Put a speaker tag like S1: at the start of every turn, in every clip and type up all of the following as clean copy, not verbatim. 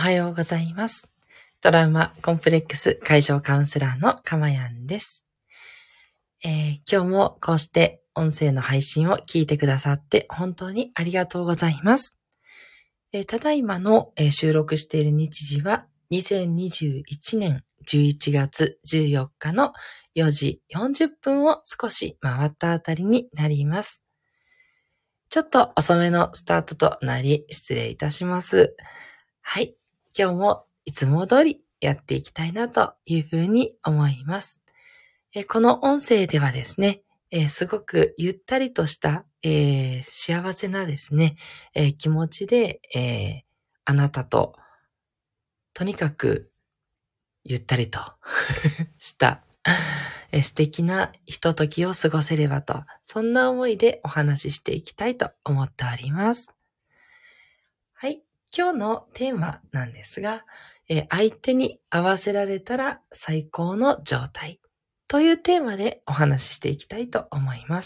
S1: はようございます。トラウマコンプレックス解消カウンセラーのかまやんです。今日もこうして音声の配信を聞いてくださって本当にありがとうございます。ただいまの、収録している日時は2021年11月14日の4時40分を少し回ったあたりになります。ちょっと遅めのスタートとなり失礼いたします。はい。今日もいつも通りやっていきたいなというふうに思います。この音声ではですね、すごくゆったりとした、幸せなですね、気持ちで、あなたととにかくゆったりとした素敵なひとときを過ごせればと、そんな思いでお話ししていきたいと思っております。はい。今日のテーマなんですが、相手に合わせられたら最高の状態というテーマでお話ししていきたいと思います。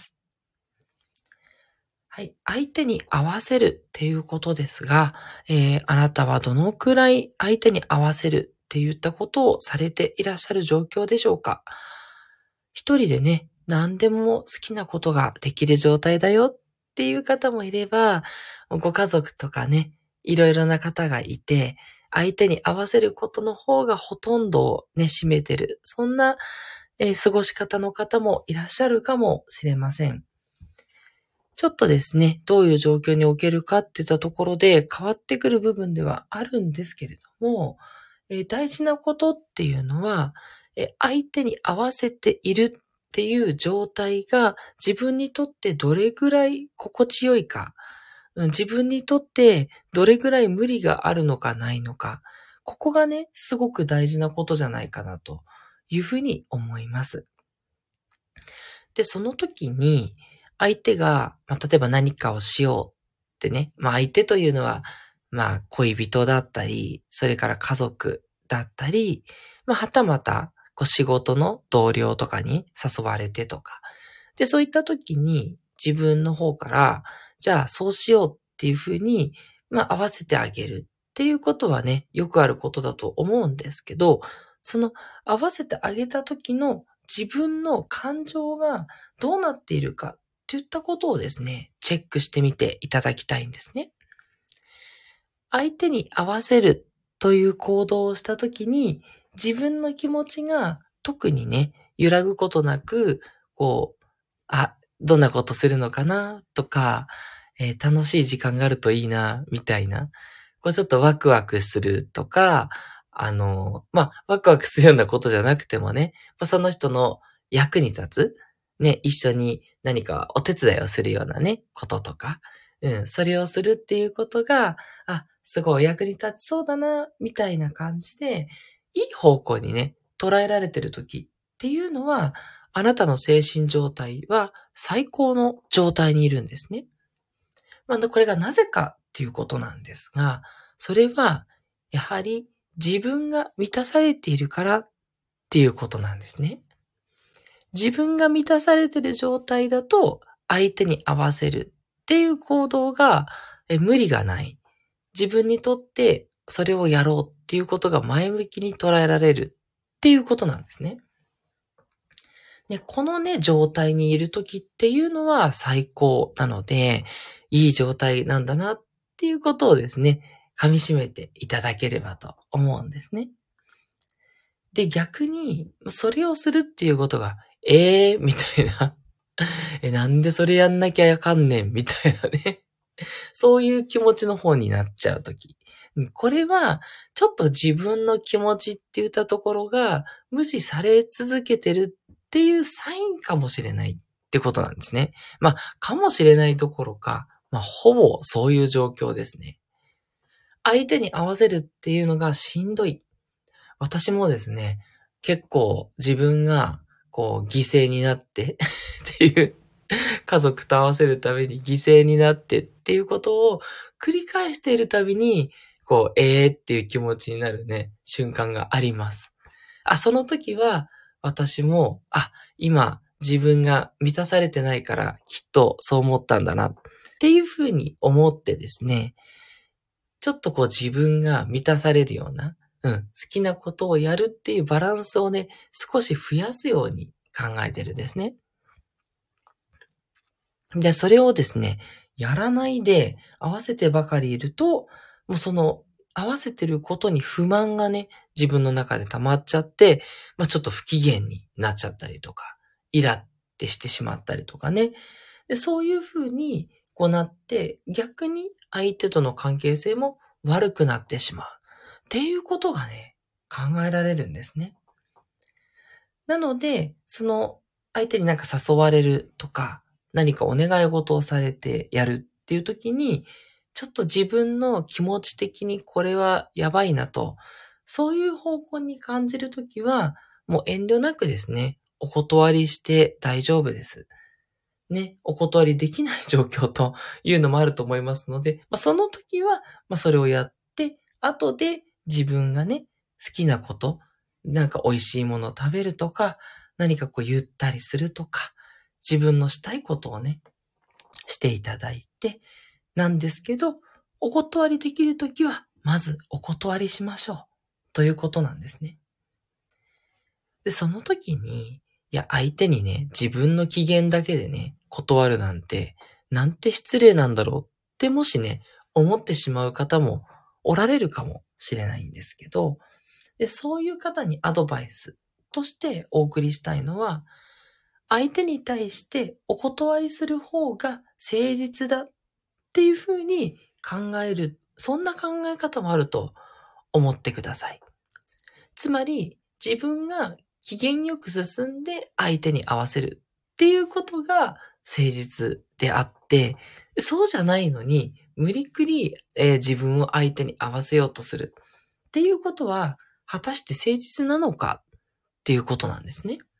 S1: はい。相手に合わせるっていうことですが、あなたはどのくらい相手に合わせるっていったことをされていらっしゃる状況でしょうか？一人でね、何でも好きなことができる状態だよっていう方もいれば、ご家族とかね、いろいろな方がいて、相手に合わせることの方がほとんどをね、占めてる。そんな、過ごし方の方もいらっしゃるかもしれません。ちょっとですね、どういう状況におけるかっていったところで変わってくる部分ではあるんですけれども、大事なことっていうのは、相手に合わせているっていう状態が自分にとってどれぐらい心地よいか、自分にとってどれぐらい無理があるのかないのか、ここがね、すごく大事なことじゃないかなというふうに思います。で、その時に相手が、例えば何かをしようってね、相手というのは、恋人だったり、それから家族だったり、はたまた仕事の同僚とかに誘われてとか。で、そういった時に自分の方から、じゃあそうしようっていうふうに、合わせてあげるっていうことはね、よくあることだと思うんですけど、その合わせてあげた時の自分の感情がどうなっているかといったことをですね、チェックしてみていただきたいんですね。相手に合わせるという行動をしたときに、自分の気持ちが特にね、揺らぐことなく、どんなことするのかなとか、楽しい時間があるといいな、みたいな。ちょっとワクワクするとか、ワクワクするようなことじゃなくてもね、その人の役に立つ、ね、一緒に何かお手伝いをするようなね、こととか、それをするっていうことが、すごい役に立ちそうだな、みたいな感じで、いい方向にね、捉えられてる時っていうのは、あなたの精神状態は最高の状態にいるんですね。これがなぜかっていうことなんですが、それは、やはり自分が満たされているからっていうことなんですね。自分が満たされている状態だと、相手に合わせるっていう行動が無理がない。自分にとってそれをやろうっていうことが前向きに捉えられるっていうことなんですね。で、このね、状態にいるときっていうのは最高なので、いい状態なんだなっていうことをですね、噛み締めていただければと思うんですね。で、逆に、それをするっていうことが、みたいな。なんでそれやんなきゃあかんねん、みたいなね。そういう気持ちの方になっちゃうとき。これは、ちょっと自分の気持ちって言ったところが、無視され続けてるっていうサインかもしれないってことなんですね。かもしれないどころか、ほぼそういう状況ですね。相手に合わせるっていうのがしんどい。私もですね、結構自分が、犠牲になってっていう家族と合わせるために犠牲になってっていうことを繰り返しているたびに、っていう気持ちになるね、瞬間があります。その時は、私も、今自分が満たされてないからきっとそう思ったんだなっていうふうに思ってですね、ちちょっと自分が満たされるような、好きなことをやるっていうバランスをね、少し増やすように考えてるんですね。で、それをですね、やらないで合わせてばかりいると、もうその合わせてることに不満がね、自分の中で溜まっちゃって、ちょっと不機嫌になっちゃったりとか、イラってしてしまったりとかね。で、そういう風になって、逆に相手との関係性も悪くなってしまう。っていうことがね、考えられるんですね。なので、その相手になんか誘われるとか、何かお願い事をされてやるっていう時に、ちょっと自分の気持ち的にこれはやばいなと、そういう方向に感じるときは、もう遠慮なくですね、お断りして大丈夫です。ね、お断りできない状況というのもあると思いますので、その時は、それをやって、後で自分がね、好きなこと、なんか美味しいものを食べるとか、何かゆったりするとか、自分のしたいことをね、していただいて、なんですけど、お断りできるときは、まずお断りしましょう。ということなんですね。で、その時に、相手にね、自分の機嫌だけでね、断るなんて失礼なんだろうってもしね、思ってしまう方もおられるかもしれないんですけど、で、そういう方にアドバイスとしてお送りしたいのは、相手に対してお断りする方が誠実だっていうふうに考える、そんな考え方もあると思ってください。つまり、自分が機嫌よく進んで相手に合わせるっていうことが誠実であって、そうじゃないのに無理くり、自分を相手に合わせようとするっていうことは果たして誠実なのかっていうことなんですね。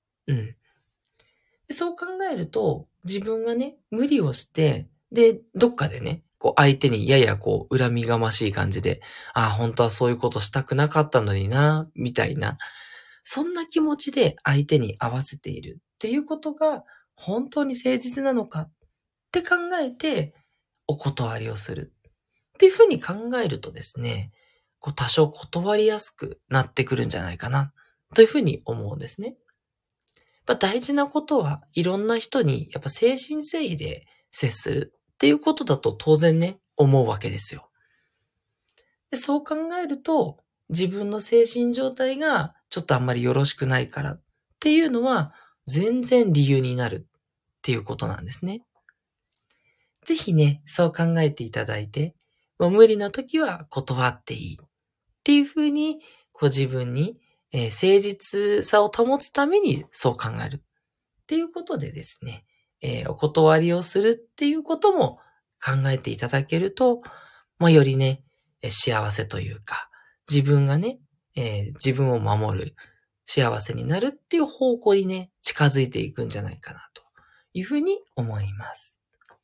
S1: そう考えると自分がね、無理をして、で、どっかでね、相手にやや恨みがましい感じで、本当はそういうことしたくなかったのにな、みたいな、そんな気持ちで相手に合わせているっていうことが本当に誠実なのかって考えてお断りをするっていうふうに考えるとですね、多少断りやすくなってくるんじゃないかなというふうに思うんですね。大事なことはいろんな人に誠心誠意で接するっていうことだと当然ね、思うわけですよ。で、そう考えると自分の精神状態がちょっとあんまりよろしくないからっていうのは全然理由になるっていうことなんですね。ぜひね、そう考えていただいて、無理な時は断っていいっていうふうに自分に誠実さを保つためにそう考える。っていうことでですね、お断りをするっていうことも考えていただけると、よりね、幸せというか、自分がね、自分を守る、幸せになるっていう方向にね、近づいていくんじゃないかなというふうに思います。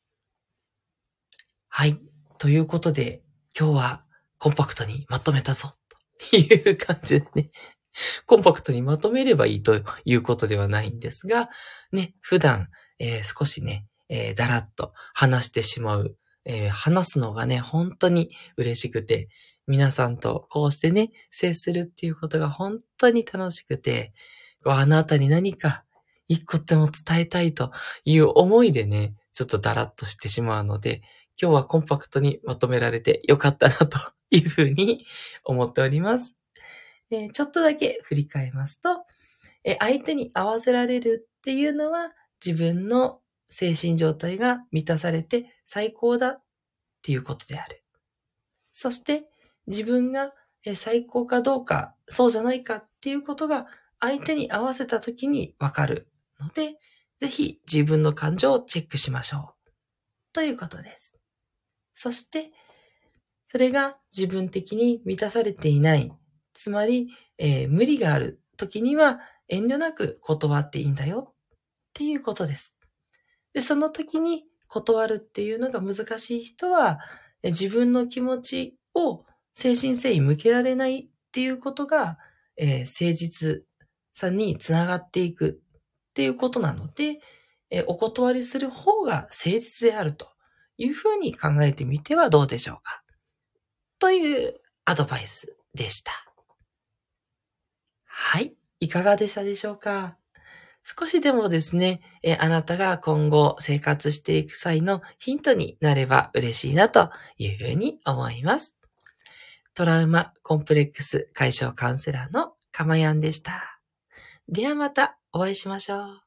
S1: はい。ということで、今日はコンパクトにまとめたぞ、という感じでね、コンパクトにまとめればいいということではないんですが、ね、普段、少しね、だらっと話してしまう、話すのがね、本当に嬉しくて、皆さんとこうしてね、接するっていうことが本当に楽しくて、あなたに何か一個でも伝えたいという思いでね、ちょっとだらっとしてしまうので、今日はコンパクトにまとめられてよかったなというふうに思っております。ちょっとだけ振り返りますと、相手に合わせられるっていうのは自分の精神状態が満たされて最高だっていうことである。そして自分が最高かどうか、そうじゃないかっていうことが相手に合わせた時にわかるので、ぜひ自分の感情をチェックしましょう。ということです。そして、それが自分的に満たされていない。つまり、無理がある時には遠慮なく断っていいんだよっていうことです。で、その時に断るっていうのが難しい人は、自分の気持ちを誠心誠意向けられないっていうことが、誠実さにつながっていくっていうことなので、お断りする方が誠実であるというふうに考えてみてはどうでしょうか。 というアドバイスでした。はい。いかがでしたでしょうか？少しでもですね、あなたが今後生活していく際のヒントになれば嬉しいなというふうに思います。トラウマコンプレックス解消カウンセラーのかまやんでした。ではまたお会いしましょう。